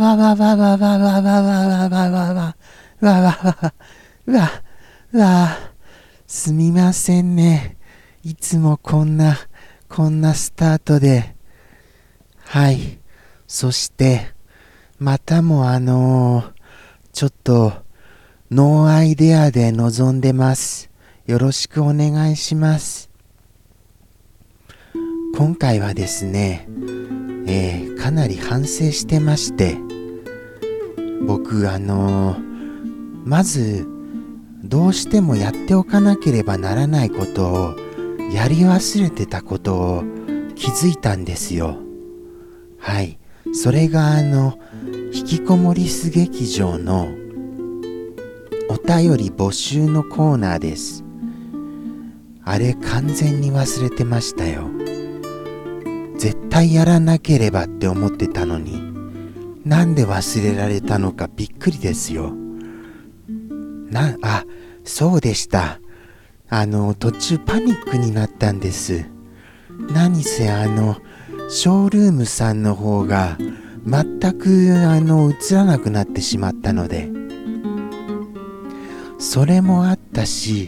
わわわわわわわわわわわわわわわ、すみませんね。いつもこんなスタートで。はい。そして、またもちょっと、ノーアイデアで臨んでます。よろしくお願いします。今回はですね、かなり反省してまして、僕まずどうしてもやっておかなければならないことをやり忘れてたことを気づいたんですよ。はい、それが引きこもりす劇場のお便り募集のコーナーです。あれ完全に忘れてましたよ。絶対やらなければって思ってたのに、なんで忘れられたのかびっくりですよ。そうでした。途中パニックになったんです。何せショールームさんの方が全く映らなくなってしまったので、それもあったし、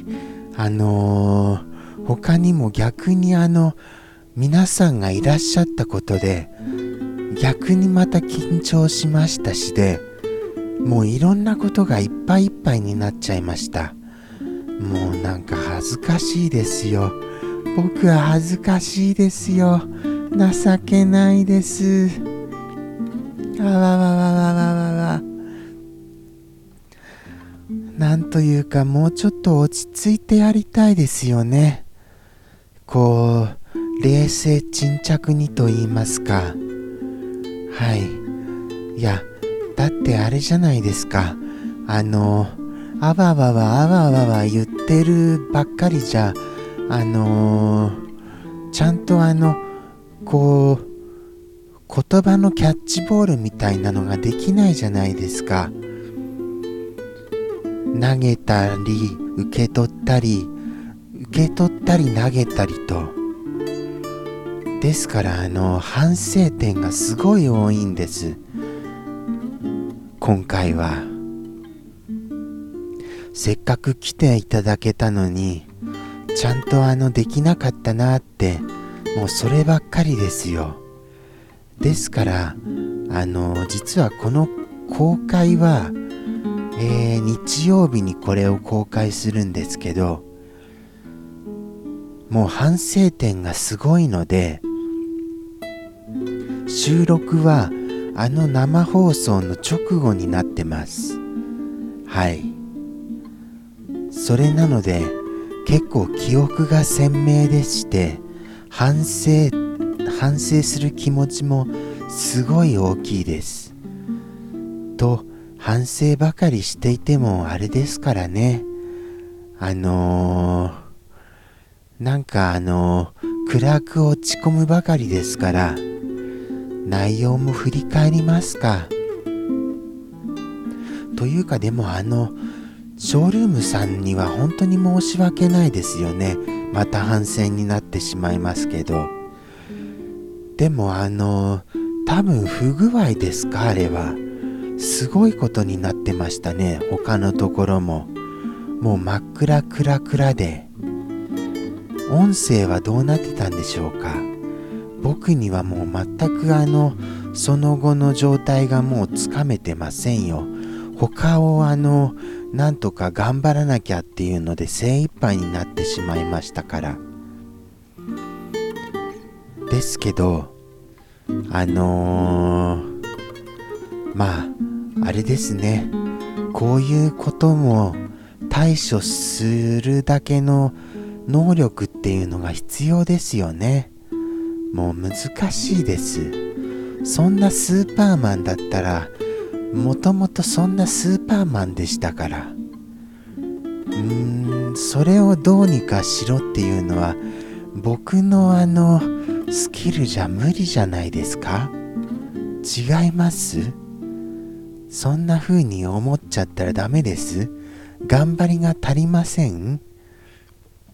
他にも逆に皆さんがいらっしゃったことで逆にまた緊張しましたしで、もういろんなことがいっぱいいっぱいになっちゃいました。もうなんか恥ずかしいですよ。僕は恥ずかしいですよ。情けないです。あわわわわわわわ。なんというか、もうちょっと落ち着いてやりたいですよね。こう冷静沈着にと言いますか。はい。いや、だってあれじゃないですか。あわわわあわわわ言ってるばっかりじゃ、ちゃんとこう言葉のキャッチボールみたいなのができないじゃないですか。投げたり受け取ったり投げたりと。ですから反省点がすごい多いんです。今回はせっかく来ていただけたのに、ちゃんとできなかったなって、もうそればっかりですよ。ですから実はこの公開は、日曜日にこれを公開するんですけど、もう反省点がすごいので、収録は生放送の直後になってます。はい。それなので結構記憶が鮮明でして、反省する気持ちもすごい大きいです。と、反省ばかりしていてもあれですからね。なんか暗く落ち込むばかりですから、内容も振り返りますか。というか、でもショールームさんには本当に申し訳ないですよね。また反省になってしまいますけど。でも多分不具合ですか、あれは。すごいことになってましたね。他のところももう真っ暗で、音声はどうなってたんでしょうか。僕にはもう全くその後の状態がもうつかめてませんよ。他をなんとか頑張らなきゃっていうので精一杯になってしまいましたから。ですけどまああれですね、こういうことも対処するだけの能力っていうのが必要ですよね。もう難しいです。そんなスーパーマンだったら、もともとそんなスーパーマンでしたから、それをどうにかしろっていうのは僕のスキルじゃ無理じゃないですか。違います？そんな風に思っちゃったらダメです。頑張りが足りません？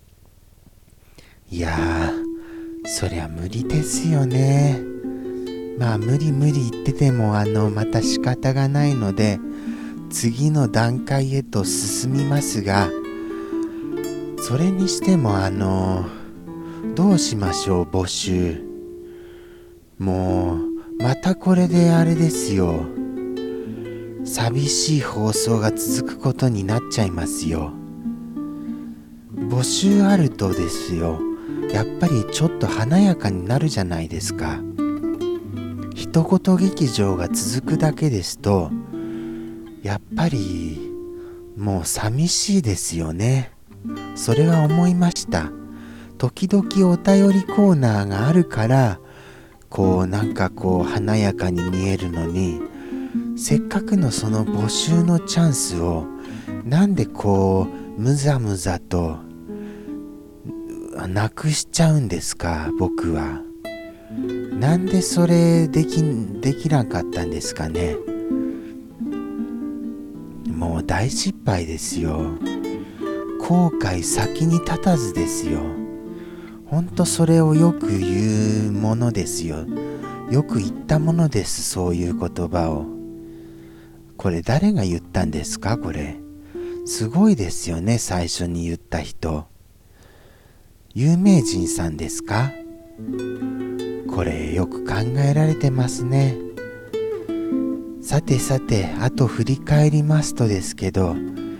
いやー、そりゃ無理ですよね。 まあ無理言っててもまた仕方がないので次の段階へと進みますが、それにしてもどうしましょう。募集もうまたこれであれですよ、寂しい放送が続くことになっちゃいますよ。募集あるとですよ、やっぱりちょっと華やかになるじゃないですか。一言劇場が続くだけですとやっぱりもう寂しいですよね。それは思いました。時々お便りコーナーがあるからなんか華やかに見えるのに、せっかくのその募集のチャンスをなんでむざむざとなくしちゃうんですか。僕はなんでそれできなかったんですかね。もう大失敗ですよ。後悔先に立たずですよ。ほんとそれをよく言うものですよ。よく言ったものです、そういう言葉を。これ誰が言ったんですか。これすごいですよね。最初に言った人有名人さんですか。これよく考えられてますね。さてあと振り返りますとですけど、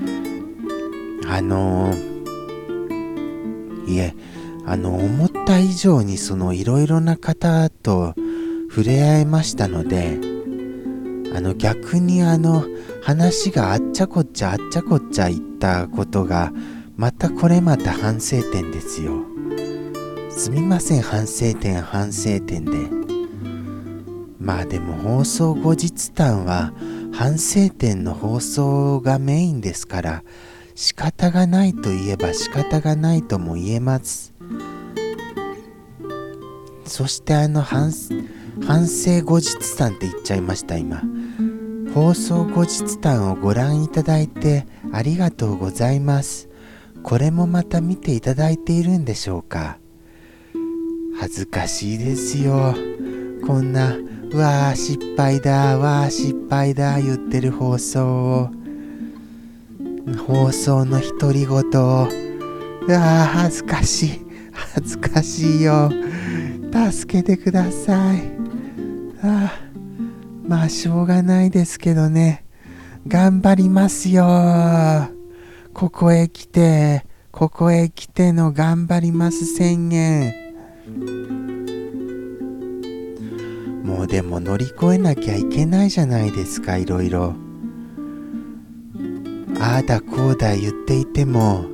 思った以上にいろいろな方と触れ合えましたので、逆に話があっちゃこっちゃ言ったことがまた反省点ですよ。すみません、反省点で。まあでも放送後日談は反省点の放送がメインですから、仕方がないといえば仕方がないとも言えます。そして反省後日談って言っちゃいました今。放送後日談をご覧いただいてありがとうございます。これもまた見ていただいているんでしょうか。恥ずかしいですよ、こんなわー失敗だ言ってる放送の独り言を恥ずかしいよ、助けてください。まあしょうがないですけどね、頑張りますよ。ここへ来ての頑張ります宣言。もうでも乗り越えなきゃいけないじゃないですか。いろいろああだこうだ言っていても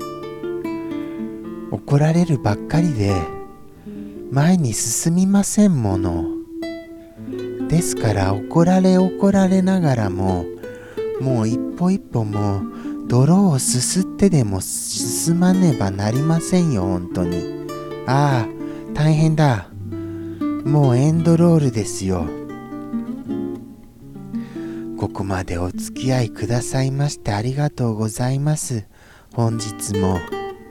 怒られるばっかりで前に進みませんものですから、怒られながらももう一歩も泥をすすってでも進まねばなりませんよ。本当に大変だ。もうエンドロールですよ。ここまでお付き合いくださいましてありがとうございます。本日も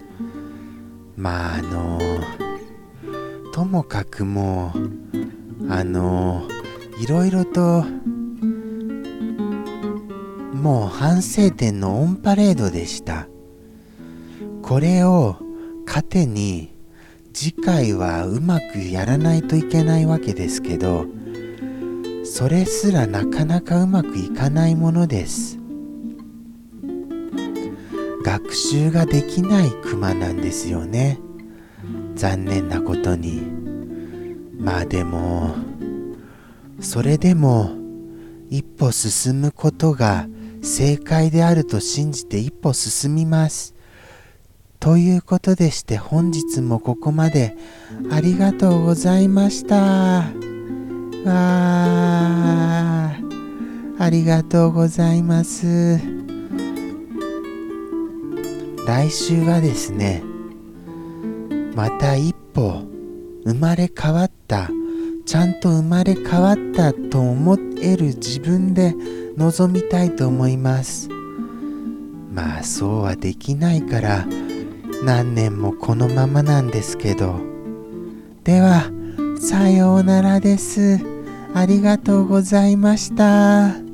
ともかくもういろいろともう反省点のオンパレードでした。これを糧に次回はうまくやらないといけないわけですけど、それすらなかなかうまくいかないものです。学習ができないクマなんですよね、残念なことに。まあでもそれでも一歩進むことが正解であると信じて一歩進みます。ということでして本日もここまでありがとうございました。ありがとうございます。来週はですね、また一歩生まれ変わった、ちゃんと生まれ変わったと思える自分で臨みたいと思います。まあそうはできないから何年もこのままなんですけど。ではさようならです。 ありがとうございました。